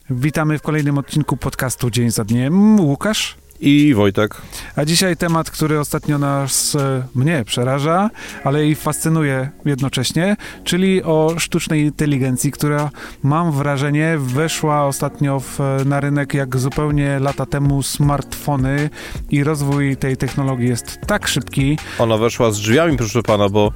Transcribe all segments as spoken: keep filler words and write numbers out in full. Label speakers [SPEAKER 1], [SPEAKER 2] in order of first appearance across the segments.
[SPEAKER 1] Witamy w kolejnym odcinku podcastu Dzień za dniem. Łukasz
[SPEAKER 2] i Wojtek.
[SPEAKER 1] A dzisiaj temat, który ostatnio nas, e, mnie przeraża, ale i fascynuje jednocześnie, czyli o sztucznej inteligencji, która, mam wrażenie, weszła ostatnio w, na rynek jak zupełnie lata temu smartfony i rozwój tej technologii jest tak szybki.
[SPEAKER 2] Ona weszła z drzwiami, proszę pana, bo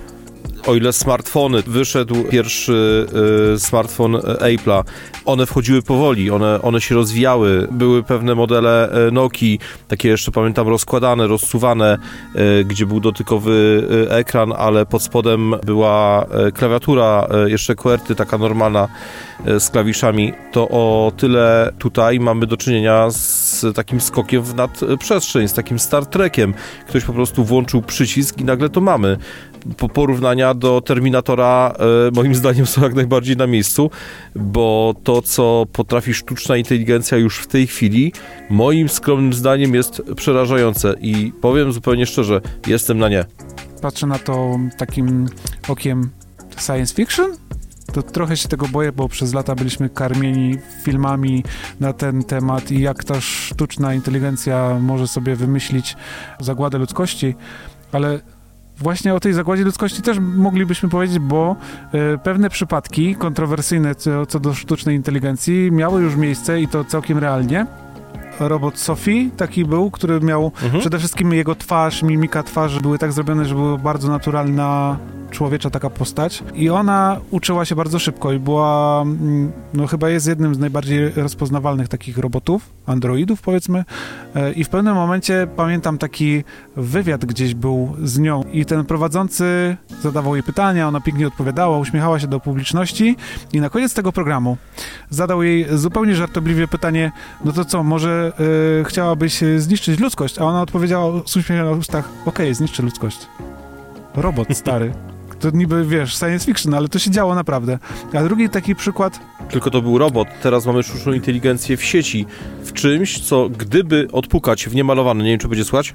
[SPEAKER 2] o ile smartfony, wyszedł pierwszy y, smartfon Apple'a, one wchodziły powoli, one, one się rozwijały, były pewne modele y, Nokii, takie jeszcze pamiętam rozkładane, rozsuwane, y, gdzie był dotykowy y, ekran, ale pod spodem była y, klawiatura, y, jeszcze QWERTY, taka normalna, y, z klawiszami. To o tyle tutaj mamy do czynienia z takim skokiem w nadprzestrzeń, z takim Star Trekiem. Ktoś po prostu włączył przycisk i nagle to mamy. Po porównania do Terminatora e, moim zdaniem są jak najbardziej na miejscu, bo to, co potrafi sztuczna inteligencja już w tej chwili, moim skromnym zdaniem jest przerażające i powiem zupełnie szczerze, jestem na nie.
[SPEAKER 1] Patrzę na to takim okiem science fiction? To trochę się tego boję, bo przez lata byliśmy karmieni filmami na ten temat i jak ta sztuczna inteligencja może sobie wymyślić zagładę ludzkości, ale właśnie o tej zagładzie ludzkości też moglibyśmy powiedzieć, bo y, pewne przypadki kontrowersyjne co, co do sztucznej inteligencji miały już miejsce i to całkiem realnie. Robot Sophie taki był, który miał mhm. przede wszystkim jego twarz, mimika twarzy były tak zrobione, że była bardzo naturalna człowiecza taka postać i ona uczyła się bardzo szybko i była, no chyba jest jednym z najbardziej rozpoznawalnych takich robotów, androidów powiedzmy i w pewnym momencie pamiętam taki wywiad gdzieś był z nią i ten prowadzący zadawał jej pytania, ona pięknie odpowiadała, uśmiechała się do publiczności i na koniec tego programu zadał jej zupełnie żartobliwie pytanie, no to co, może yy, chciałabyś zniszczyć ludzkość? A ona odpowiedziała z uśmiechem na ustach, okej, okay, zniszczę ludzkość. Robot stary. To niby, wiesz, science fiction, ale to się działo naprawdę. A drugi taki przykład...
[SPEAKER 2] Tylko to był robot. Teraz mamy sztuczną inteligencję w sieci. W czymś, co gdyby odpukać w niemalowane, nie wiem, czy będzie słychać?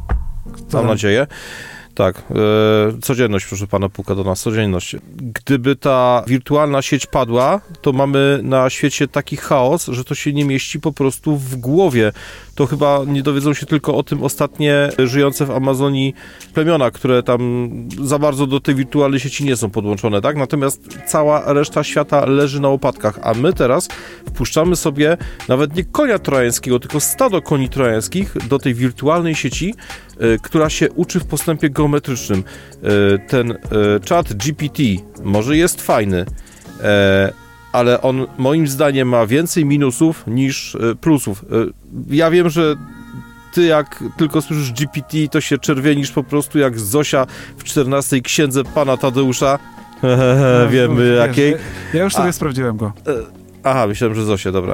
[SPEAKER 2] Mam nadzieję. Tak, e, codzienność, proszę pana, puka do nas, codzienność. Gdyby ta wirtualna sieć padła, to mamy na świecie taki chaos, że to się nie mieści po prostu w głowie. To chyba nie dowiedzą się tylko o tym ostatnie żyjące w Amazonii plemiona, które tam za bardzo do tej wirtualnej sieci nie są podłączone, tak? Natomiast cała reszta świata leży na łopatkach, a my teraz wpuszczamy sobie nawet nie konia trojańskiego, tylko stado koni trojańskich do tej wirtualnej sieci, y, która się uczy w postępie geometrycznym. Y, ten y, czat G P T może jest fajny, y, ale on moim zdaniem ma więcej minusów niż y, plusów. Y, ja wiem, że ty jak tylko słyszysz G P T, to się czerwienisz po prostu jak Zosia w czternastej księdze pana Tadeusza. No, wiemy wiesz, jakiej.
[SPEAKER 1] Ja już sobie A, sprawdziłem go.
[SPEAKER 2] Aha, myślałem, że Zosia, dobra.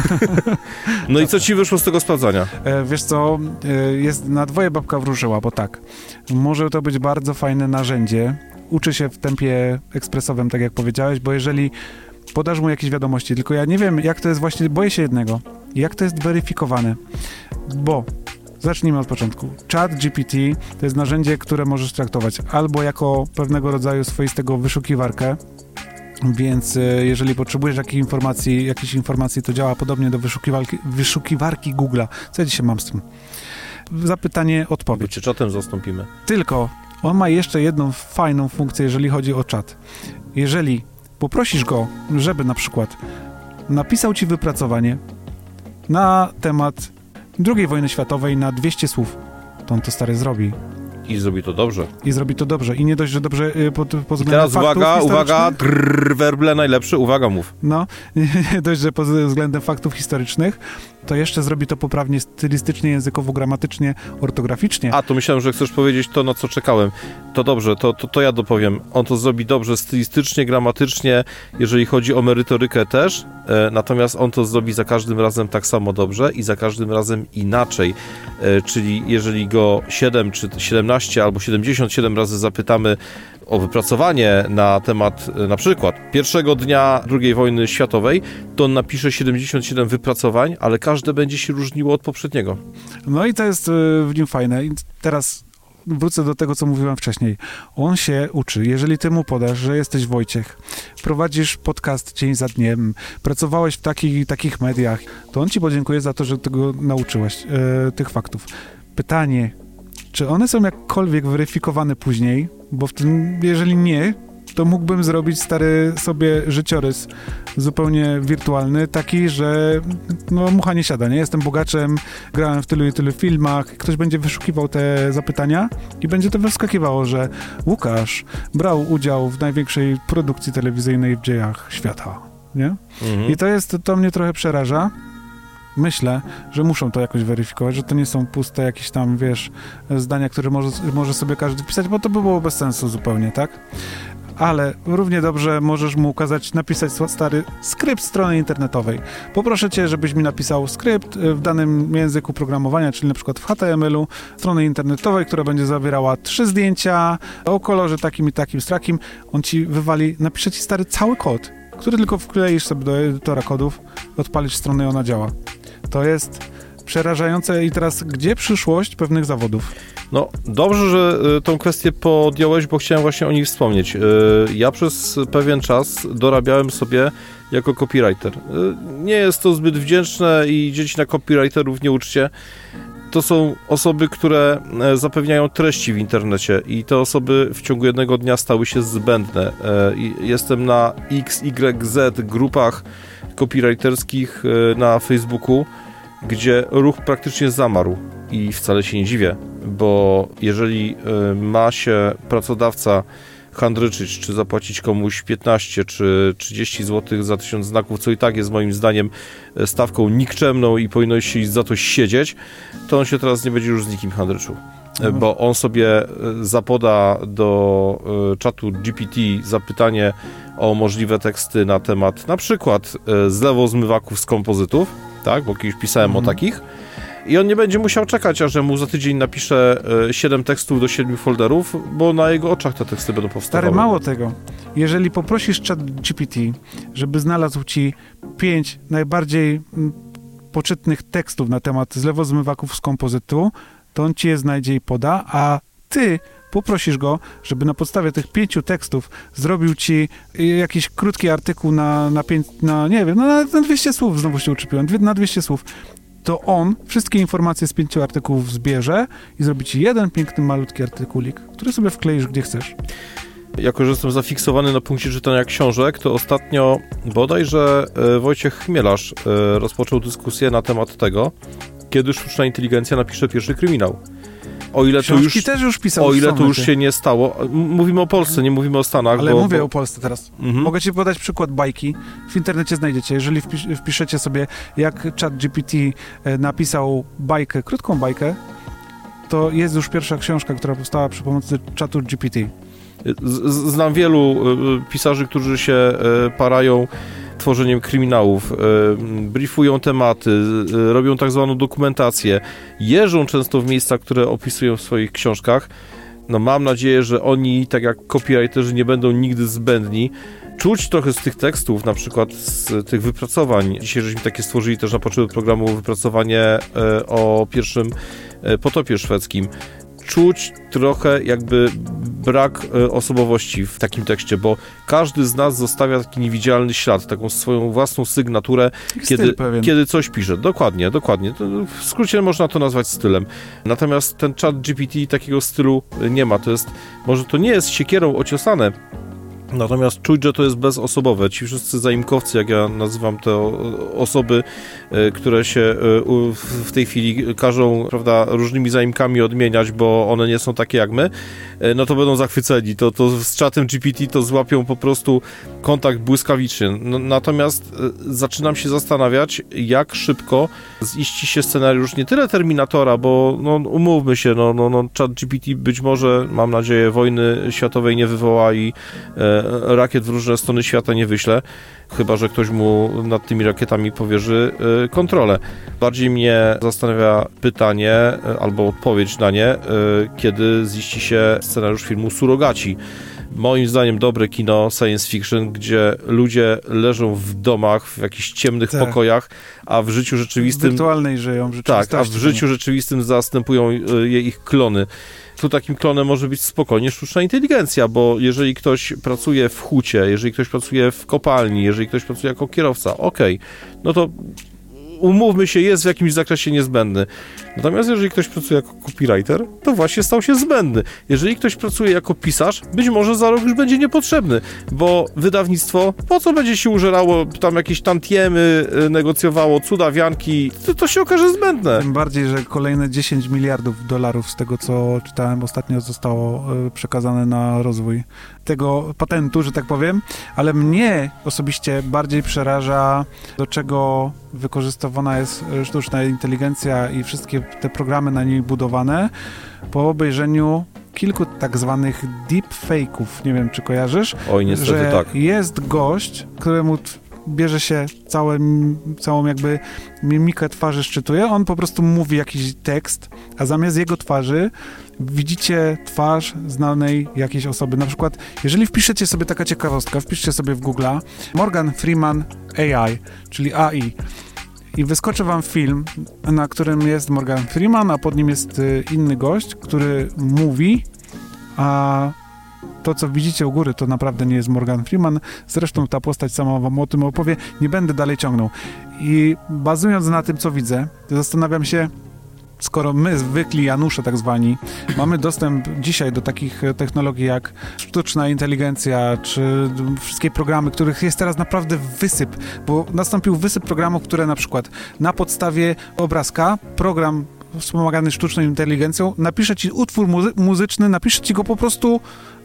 [SPEAKER 2] No i co ci wyszło z tego sprawdzania?
[SPEAKER 1] E, wiesz co, e, jest na dwoje babka wróżyła, bo tak, może to być bardzo fajne narzędzie. Uczy się w tempie ekspresowym, tak jak powiedziałeś, bo jeżeli podasz mu jakieś wiadomości, tylko ja nie wiem, jak to jest właśnie, boję się jednego, jak to jest weryfikowane, bo zacznijmy od początku. Chat G P T to jest narzędzie, które możesz traktować albo jako pewnego rodzaju swoistego wyszukiwarkę, więc jeżeli potrzebujesz jakiejś informacji, jakiejś informacji, to działa podobnie do wyszukiwarki, wyszukiwarki Google'a. Co ja dzisiaj mam z tym? Zapytanie, odpowiedź.
[SPEAKER 2] Czy czatem zastąpimy?
[SPEAKER 1] Tylko on ma jeszcze jedną fajną funkcję, jeżeli chodzi o czat. Jeżeli poprosisz go, żeby na przykład napisał ci wypracowanie na temat drugiej wojny światowej na dwieście słów, to on to stary zrobi.
[SPEAKER 2] I zrobi to dobrze.
[SPEAKER 1] I zrobi to dobrze. I nie dość, że dobrze pod, pod względem
[SPEAKER 2] teraz
[SPEAKER 1] faktów
[SPEAKER 2] uwaga, uwaga, drrr, werble najlepszy, uwaga, mów.
[SPEAKER 1] No, nie dość, że pod względem faktów historycznych, to jeszcze zrobi to poprawnie stylistycznie, językowo, gramatycznie, ortograficznie.
[SPEAKER 2] A, to myślałem, że chcesz powiedzieć to, na co czekałem. To dobrze, to, to, to ja dopowiem. On to zrobi dobrze stylistycznie, gramatycznie, jeżeli chodzi o merytorykę też, e, natomiast on to zrobi za każdym razem tak samo dobrze i za każdym razem inaczej. E, czyli jeżeli go siedem czy siedemnaście albo siedemdziesiąt siedem razy zapytamy o wypracowanie na temat na przykład pierwszego dnia drugiej wojny światowej, to on napisze siedemdziesiąt siedem wypracowań, ale każde będzie się różniło od poprzedniego.
[SPEAKER 1] No i to jest w nim fajne. I teraz wrócę do tego, co mówiłem wcześniej. On się uczy. Jeżeli ty mu podasz, że jesteś Wojciech, prowadzisz podcast dzień za dniem, pracowałeś w takich, takich mediach, to on ci podziękuje za to, że tego nauczyłeś, e, tych faktów. Pytanie, czy one są jakkolwiek weryfikowane później? Bo w tym, jeżeli nie, to mógłbym zrobić stary sobie życiorys zupełnie wirtualny, taki, że no mucha nie siada, nie? Jestem bogaczem, grałem w tylu i tylu filmach, ktoś będzie wyszukiwał te zapytania i będzie to wyskakiwało, że Łukasz brał udział w największej produkcji telewizyjnej w dziejach świata, nie? Mhm. I to jest, to mnie trochę przeraża. Myślę, że muszą to jakoś weryfikować, że to nie są puste jakieś tam, wiesz, zdania, które może, może sobie każdy wpisać, bo to by było bez sensu zupełnie, tak? Ale równie dobrze możesz mu kazać napisać stary skrypt strony internetowej. Poproszę cię, żebyś mi napisał skrypt w danym języku programowania, czyli na przykład w H T M L-u, strony internetowej, która będzie zawierała trzy zdjęcia o kolorze takim i takim, z takim. On ci wywali, napisze ci stary cały kod, który tylko wkleisz sobie do edytora kodów, odpalisz stronę i ona działa. To jest przerażające. I teraz, gdzie przyszłość pewnych zawodów?
[SPEAKER 2] No, dobrze, że y, tą kwestię podjąłeś, bo chciałem właśnie o nich wspomnieć. Y, ja przez pewien czas dorabiałem sobie jako copywriter. Y, nie jest to zbyt wdzięczne i dzieci na copywriterów nie uczcie. To są osoby, które zapewniają treści w internecie i te osoby w ciągu jednego dnia stały się zbędne. Y, jestem na X Y Z grupach copywriterskich y, na Facebooku, gdzie ruch praktycznie zamarł i wcale się nie dziwię, bo jeżeli y, ma się pracodawca handryczyć, czy zapłacić komuś piętnaście czy trzydzieści złotych za tysiąc znaków, co i tak jest moim zdaniem stawką nikczemną i powinno się za to siedzieć, to on się teraz nie będzie już z nikim handryczył. Mhm. Bo on sobie zapoda do y, czatu G P T zapytanie o możliwe teksty na temat na przykład y, zlewozmywaków z kompozytów, tak, bo kiedyś pisałem mhm. o takich, i on nie będzie musiał czekać, aż ja mu za tydzień napiszę y, siedem tekstów do siedmiu folderów, bo na jego oczach te teksty będą powstawały.
[SPEAKER 1] Stary, mało tego. Jeżeli poprosisz czat G P T, żeby znalazł ci pięć najbardziej m, poczytnych tekstów na temat zlewozmywaków z kompozytu, to on ci je znajdzie i poda, a ty poprosisz go, żeby na podstawie tych pięciu tekstów zrobił ci jakiś krótki artykuł na, na, pięć, na nie wiem, na, na dwieście słów, znowu się uczepiłem, na dwieście słów. To on wszystkie informacje z pięciu artykułów zbierze i zrobi ci jeden piękny, malutki artykulik, który sobie wkleisz gdzie chcesz.
[SPEAKER 2] Jako że jestem zafiksowany na punkcie czytania książek, to ostatnio bodajże Wojciech Chmielarz rozpoczął dyskusję na temat tego, kiedy sztuczna inteligencja napisze pierwszy kryminał. O ile to już,
[SPEAKER 1] też już pisał
[SPEAKER 2] o ile to już się nie stało. Mówimy o Polsce, nie mówimy o Stanach.
[SPEAKER 1] Ale
[SPEAKER 2] bo,
[SPEAKER 1] mówię
[SPEAKER 2] bo...
[SPEAKER 1] o Polsce teraz.
[SPEAKER 2] Mhm.
[SPEAKER 1] Mogę ci podać przykład bajki. W internecie znajdziecie. Jeżeli wpisz, wpiszecie sobie, jak czat G P T napisał bajkę, krótką bajkę, to jest już pierwsza książka, która powstała przy pomocy czatu G P T.
[SPEAKER 2] Z, znam wielu pisarzy, którzy się parają tworzeniem kryminałów, briefują tematy, robią tak zwaną dokumentację, jeżdżą często w miejsca, które opisują w swoich książkach. No mam nadzieję, że oni, tak jak copywriterzy, nie będą nigdy zbędni. Czuć trochę z tych tekstów, na przykład z tych wypracowań. Dzisiaj żeśmy takie stworzyli też na potrzeby programu wypracowanie o pierwszym potopie szwedzkim. Czuć trochę jakby brak osobowości w takim tekście, bo każdy z nas zostawia taki niewidzialny ślad, taką swoją własną sygnaturę, kiedy, kiedy coś pisze. Dokładnie, dokładnie. W skrócie można to nazwać stylem. Natomiast ten czat G P T takiego stylu nie ma. To jest, może to nie jest siekierą ociosane, natomiast czuć, że to jest bezosobowe. Ci wszyscy zaimkowcy, jak ja nazywam te osoby, które się w tej chwili każą, prawda, różnymi zaimkami odmieniać, bo one nie są takie jak my, no to będą zachwyceni. To, to z czatem G P T to złapią po prostu kontakt błyskawicznie. No, natomiast zaczynam się zastanawiać, jak szybko ziści się scenariusz nie tyle Terminatora, bo no, umówmy się, no, no, no, czat G P T być może, mam nadzieję, wojny światowej nie wywoła i e, rakiet w różne strony świata nie wyśle, chyba że ktoś mu nad tymi rakietami powierzy y, kontrolę. Bardziej mnie zastanawia pytanie y, albo odpowiedź na nie, y, kiedy ziści się scenariusz filmu Surogaci, Moim zdaniem dobre kino science fiction, gdzie ludzie leżą w domach, w jakichś ciemnych tak. pokojach, a w życiu rzeczywistym...
[SPEAKER 1] W wirtualnej żyją, w rzeczywistości.
[SPEAKER 2] Tak, a w życiu rzeczywistym zastępują je ich klony. Tu takim klonem może być spokojnie sztuczna inteligencja, bo jeżeli ktoś pracuje w hucie, jeżeli ktoś pracuje w kopalni, jeżeli ktoś pracuje jako kierowca, okej, okay, no to umówmy się, jest w jakimś zakresie niezbędny. Natomiast jeżeli ktoś pracuje jako copywriter, to właśnie stał się zbędny. Jeżeli ktoś pracuje jako pisarz, być może za rok już będzie niepotrzebny, bo wydawnictwo, po co będzie się użerało, tam jakieś tantiemy, negocjowało, cudawianki, to, to się okaże zbędne.
[SPEAKER 1] Tym bardziej, że kolejne dziesięć miliardów dolarów z tego, co czytałem ostatnio, zostało przekazane na rozwój tego patentu, że tak powiem, ale mnie osobiście bardziej przeraża, do czego wykorzystywana jest sztuczna inteligencja i wszystkie te programy na niej budowane po obejrzeniu kilku tak zwanych deepfake'ów. Nie wiem, czy kojarzysz?
[SPEAKER 2] Oj, niestety
[SPEAKER 1] że
[SPEAKER 2] tak.
[SPEAKER 1] Jest gość, któremu bierze się całe, całą jakby mimikę twarzy, szczytuje, on po prostu mówi jakiś tekst, a zamiast jego twarzy widzicie twarz znanej jakiejś osoby. Na przykład, jeżeli wpiszecie sobie, taka ciekawostka, wpiszcie sobie w Google'a Morgan Freeman A I, czyli A I, i wyskoczy wam film, na którym jest Morgan Freeman, a pod nim jest inny gość, który mówi, a to, co widzicie u góry, to naprawdę nie jest Morgan Freeman. Zresztą ta postać sama wam o tym opowie. Nie będę dalej ciągnął. I bazując na tym, co widzę, zastanawiam się, skoro my, zwykli Janusze tak zwani, mamy dostęp dzisiaj do takich technologii jak sztuczna inteligencja, czy wszystkie programy, których jest teraz naprawdę wysyp, bo nastąpił wysyp programów, które na przykład na podstawie obrazka program wspomagany sztuczną inteligencją napisze ci utwór muzy- muzyczny, napisze ci go po prostu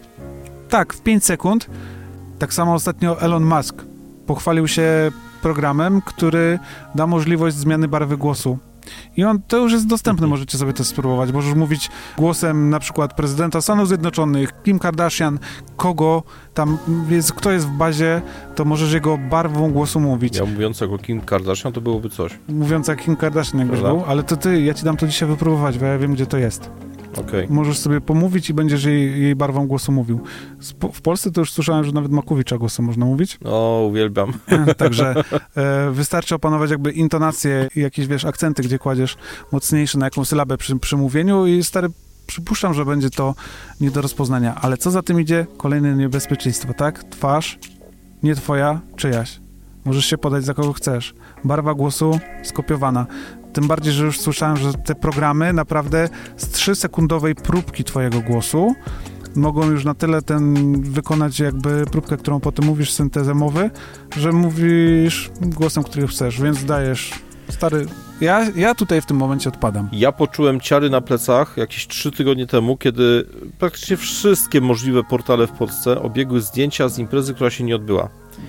[SPEAKER 1] tak, w pięć sekund. Tak samo ostatnio Elon Musk pochwalił się programem, który da możliwość zmiany barwy głosu. I on, to już jest dostępne, możecie sobie to spróbować. Możesz mówić głosem na przykład prezydenta Stanów Zjednoczonych, Kim Kardashian, kogo tam jest, kto jest w bazie, to możesz jego barwą głosu mówić.
[SPEAKER 2] Ja mówiąc jako Kim Kardashian, to byłoby coś.
[SPEAKER 1] Mówiąc jak Kim Kardashian jakbyś był, ale to ty, ja ci dam to dzisiaj wypróbować, bo ja wiem, gdzie to jest.
[SPEAKER 2] Okay.
[SPEAKER 1] Możesz sobie pomówić i będziesz jej, jej barwą głosu mówił. W Polsce to już słyszałem, że nawet Makowicza głosu można mówić.
[SPEAKER 2] O, uwielbiam.
[SPEAKER 1] Także e, wystarczy opanować jakby intonację i jakieś, wiesz, akcenty, gdzie kładziesz mocniejsze na jakąś sylabę przy, przy mówieniu i stary, przypuszczam, że będzie to nie do rozpoznania. Ale co za tym idzie? Kolejne niebezpieczeństwo, tak? Twarz nie twoja, czyjaś. Możesz się podać za kogo chcesz. Barwa głosu skopiowana. Tym bardziej, że już słyszałem, że te programy naprawdę z trzysekundowej próbki twojego głosu mogą już na tyle ten wykonać jakby próbkę, którą potem mówisz, syntezę mowy, że mówisz głosem, który chcesz, więc dajesz stary... Ja, ja tutaj w tym momencie odpadam.
[SPEAKER 2] Ja poczułem ciary na plecach jakieś trzy tygodnie temu, kiedy praktycznie wszystkie możliwe portale w Polsce obiegły zdjęcia z imprezy, która się nie odbyła.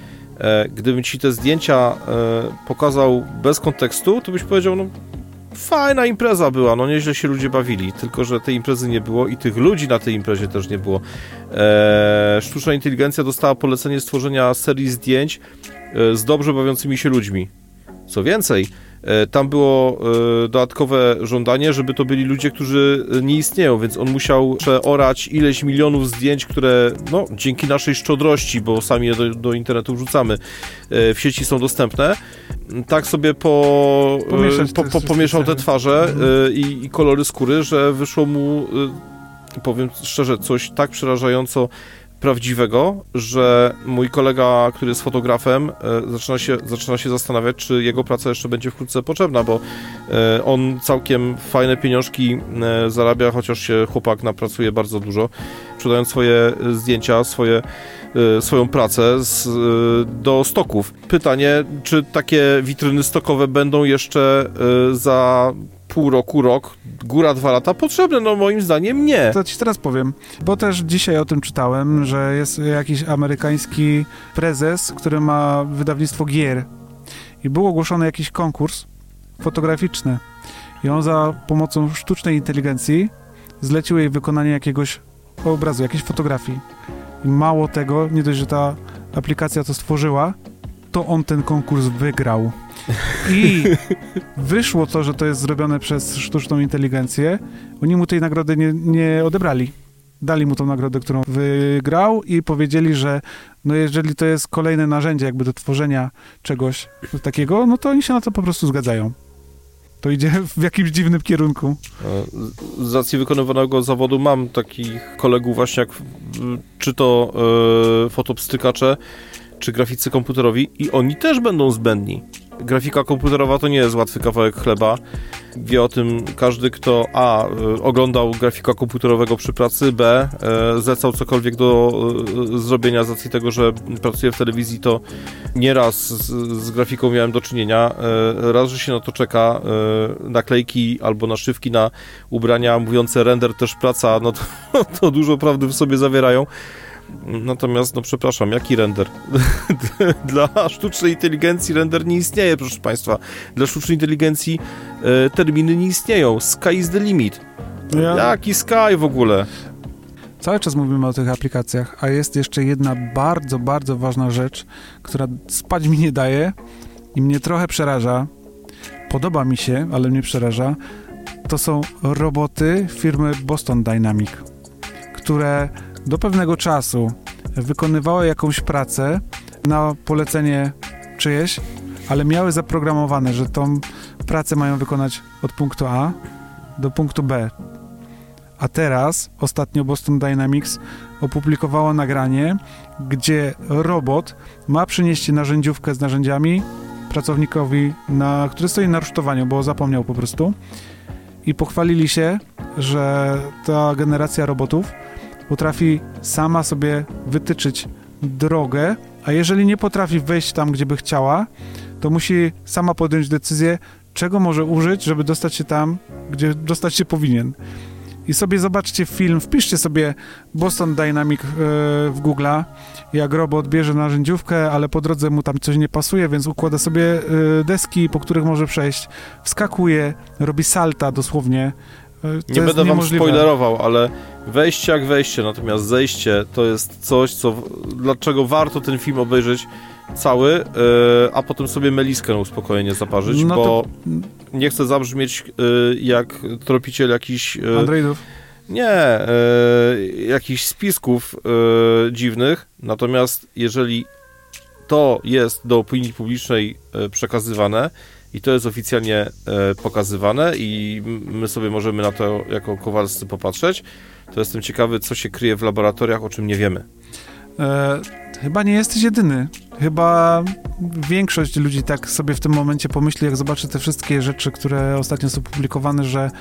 [SPEAKER 2] Gdybym ci te zdjęcia e, pokazał bez kontekstu, to byś powiedział, no fajna impreza była, no nieźle się ludzie bawili, tylko że tej imprezy nie było i tych ludzi na tej imprezie też nie było. E, sztuczna inteligencja dostała polecenie stworzenia serii zdjęć e, z dobrze bawiącymi się ludźmi. Co więcej, e, tam było e, dodatkowe żądanie, żeby to byli ludzie, którzy nie istnieją, więc on musiał przeorać ileś milionów zdjęć, które no, dzięki naszej szczodrości, bo sami je do, do internetu wrzucamy, e, w sieci są dostępne. Tak sobie po, e, po, po, pomieszał te twarze e, i, i kolory skóry, że wyszło mu, e, powiem szczerze, coś tak przerażająco prawdziwego, że mój kolega, który jest fotografem, e, zaczyna się, zaczyna się zastanawiać, czy jego praca jeszcze będzie wkrótce potrzebna, bo e, on całkiem fajne pieniążki e, zarabia, chociaż się chłopak napracuje bardzo dużo, sprzedając swoje zdjęcia, swoje, e, swoją pracę z, e, do stoków. Pytanie, czy takie witryny stokowe będą jeszcze e, za pół roku, rok, góra dwa lata potrzebne? No moim zdaniem nie.
[SPEAKER 1] To ci teraz powiem, bo też dzisiaj o tym czytałem, że jest jakiś amerykański prezes, który ma wydawnictwo gier i był ogłoszony jakiś konkurs fotograficzny i on za pomocą sztucznej inteligencji zlecił jej wykonanie jakiegoś obrazu, jakiejś fotografii. I mało tego, nie dość, że ta aplikacja to stworzyła, to on ten konkurs wygrał. I wyszło to, że to jest zrobione przez sztuczną inteligencję. Oni mu tej nagrody nie, nie odebrali. dali mu tą nagrodę, którą wygrał i powiedzieli, że no jeżeli to jest kolejne narzędzie jakby do tworzenia czegoś takiego, no to oni się na to po prostu zgadzają. To idzie w jakimś dziwnym kierunku.
[SPEAKER 2] Z racji wykonywanego zawodu mam takich kolegów właśnie jak czy to yy, fotopstrykacze, czy graficy komputerowi i oni też będą zbędni. Grafika komputerowa to nie jest łatwy kawałek chleba. Wie o tym każdy, kto a. oglądał grafika komputerowego przy pracy, b. zlecał cokolwiek do zrobienia z racji tego, że pracuję w telewizji, to nieraz z, z grafiką miałem do czynienia. Raz, że się na to czeka, naklejki albo naszywki na ubrania mówiące render też praca, no to, to dużo prawdy w sobie zawierają. Natomiast, no przepraszam, jaki render? Dla sztucznej inteligencji render nie istnieje, proszę Państwa. Dla sztucznej inteligencji e, terminy nie istnieją. Sky is the limit. Ja... Jaki sky w ogóle?
[SPEAKER 1] Cały czas mówimy o tych aplikacjach, a jest jeszcze jedna bardzo, bardzo ważna rzecz, która spać mi nie daje i mnie trochę przeraża. Podoba mi się, ale mnie przeraża. To są roboty firmy Boston Dynamic, które do pewnego czasu wykonywały jakąś pracę na polecenie czyjeś, ale miały zaprogramowane, że tą pracę mają wykonać od punktu A do punktu B. A teraz, ostatnio Boston Dynamics opublikowało nagranie, gdzie robot ma przynieść narzędziówkę z narzędziami pracownikowi, na, który stoi na rusztowaniu, bo zapomniał po prostu. I pochwalili się, że ta generacja robotów potrafi sama sobie wytyczyć drogę, a jeżeli nie potrafi wejść tam, gdzie by chciała, to musi sama podjąć decyzję, czego może użyć, żeby dostać się tam, gdzie dostać się powinien. I sobie zobaczcie film, wpiszcie sobie Boston Dynamic yy, w Google'a, jak robot bierze narzędziówkę, ale po drodze mu tam coś nie pasuje, więc układa sobie yy, deski, po których może przejść, wskakuje, robi salta dosłownie. To
[SPEAKER 2] nie będę wam spoilerował, ale wejście jak wejście, natomiast zejście to jest coś, co, dlaczego warto ten film obejrzeć cały, yy, a potem sobie meliskę uspokojenie zaparzyć, no bo to... nie chcę zabrzmieć yy, jak tropiciel jakichś... Yy,
[SPEAKER 1] Androidów?
[SPEAKER 2] Nie, yy, jakichś spisków yy, dziwnych, natomiast jeżeli to jest do opinii publicznej yy, przekazywane, i to jest oficjalnie e, pokazywane i my sobie możemy na to jako Kowalscy popatrzeć, to jestem ciekawy, co się kryje w laboratoriach, o czym nie wiemy.
[SPEAKER 1] E, chyba nie jesteś jedyny. Chyba większość ludzi tak sobie w tym momencie pomyśli, jak zobaczy te wszystkie rzeczy, które ostatnio są publikowane, że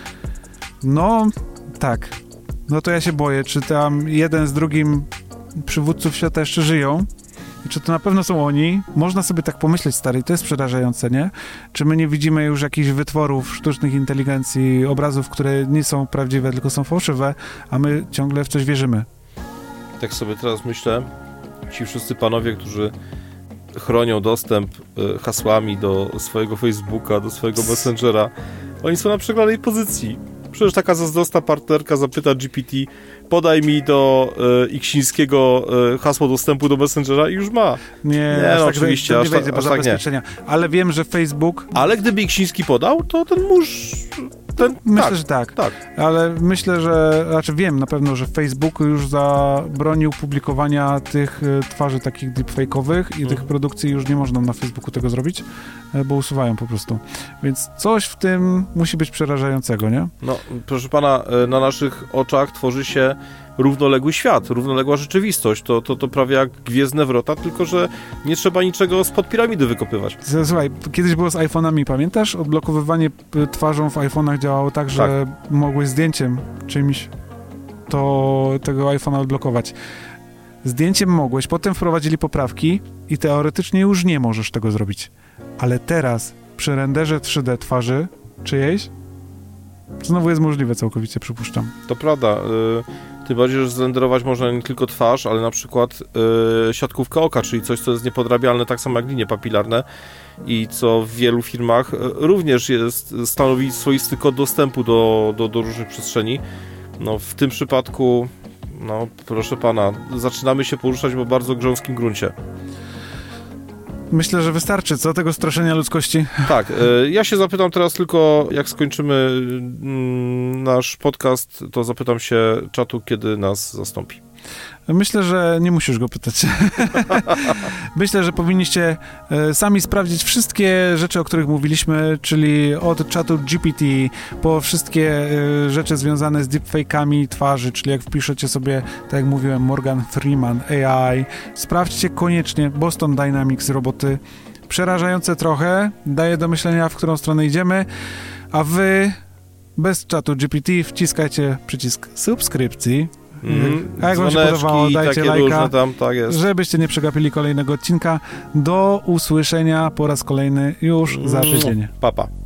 [SPEAKER 1] no tak, no to ja się boję, czy tam jeden z drugim przywódców świata jeszcze żyją. I czy to na pewno są oni? Można sobie tak pomyśleć, stary, i to jest przerażające, nie? Czy my nie widzimy już jakichś wytworów sztucznych inteligencji, obrazów, które nie są prawdziwe, tylko są fałszywe, a my ciągle w coś wierzymy?
[SPEAKER 2] Tak sobie teraz myślę, ci wszyscy panowie, którzy chronią dostęp y, hasłami do swojego Facebooka, do swojego Messengera, oni są na przegranej pozycji. Przecież taka zazdrosna partnerka zapyta G P T, podaj mi do e, Iksińskiego e, hasło dostępu do Messengera i już ma.
[SPEAKER 1] Nie,
[SPEAKER 2] nie no,
[SPEAKER 1] tak
[SPEAKER 2] oczywiście,
[SPEAKER 1] nie
[SPEAKER 2] aż,
[SPEAKER 1] wejdzie,
[SPEAKER 2] ta, aż tak nie.
[SPEAKER 1] Ale wiem, że Facebook...
[SPEAKER 2] Ale gdyby Iksiński podał, to ten mórz... Ten,
[SPEAKER 1] myślę,
[SPEAKER 2] tak,
[SPEAKER 1] że tak.
[SPEAKER 2] tak.
[SPEAKER 1] Ale myślę, że... Znaczy wiem na pewno, że Facebook już zabronił publikowania tych y, twarzy takich deepfake'owych i mm. tych produkcji już nie można na Facebooku tego zrobić, y, bo usuwają po prostu. Więc coś w tym musi być przerażającego, nie?
[SPEAKER 2] No, proszę pana, y, na naszych oczach tworzy się równoległy świat, równoległa rzeczywistość. To, to, to prawie jak Gwiezdne Wrota, tylko że nie trzeba niczego spod piramidy wykopywać.
[SPEAKER 1] Słuchaj, kiedyś było z iPhone'ami, pamiętasz? Odblokowywanie twarzą w iPhone'ach działało tak, że tak. mogłeś zdjęciem czymś to tego iPhone'a odblokować. Zdjęciem mogłeś, potem wprowadzili poprawki i teoretycznie już nie możesz tego zrobić. Ale teraz przy renderze trzy D twarzy czyjejś znowu jest możliwe całkowicie, przypuszczam.
[SPEAKER 2] To prawda. Y- tym bardziej, że zrenderować można nie tylko twarz, ale na przykład y- siatkówkę oka, czyli coś, co jest niepodrabialne, tak samo jak linie papilarne i co w wielu firmach y- również jest, stanowi swoisty kod dostępu do, do, do różnych przestrzeni. No w tym przypadku, no proszę pana, zaczynamy się poruszać po bardzo grząskim gruncie.
[SPEAKER 1] Myślę, że wystarczy, co? Tego straszenia ludzkości.
[SPEAKER 2] Tak. Y, ja się zapytam teraz tylko, jak skończymy y, nasz podcast, to zapytam się czatu, kiedy nas zastąpi.
[SPEAKER 1] Myślę, że nie musisz go pytać. Myślę, że powinniście e, sami sprawdzić wszystkie rzeczy, o których mówiliśmy, czyli od czatu G P T po wszystkie e, rzeczy związane z deepfake'ami twarzy, czyli jak wpiszecie sobie, tak jak mówiłem, Morgan Freeman A I, sprawdźcie koniecznie Boston Dynamics roboty. Przerażające trochę, daje do myślenia, w którą stronę idziemy, a wy bez czatu G P T wciskajcie przycisk subskrypcji. Mm, a jak wam się podobało, dajcie lajka, tam, tak jest. Żebyście nie przegapili kolejnego odcinka. Do usłyszenia po raz kolejny już za tydzień.
[SPEAKER 2] Pa, pa.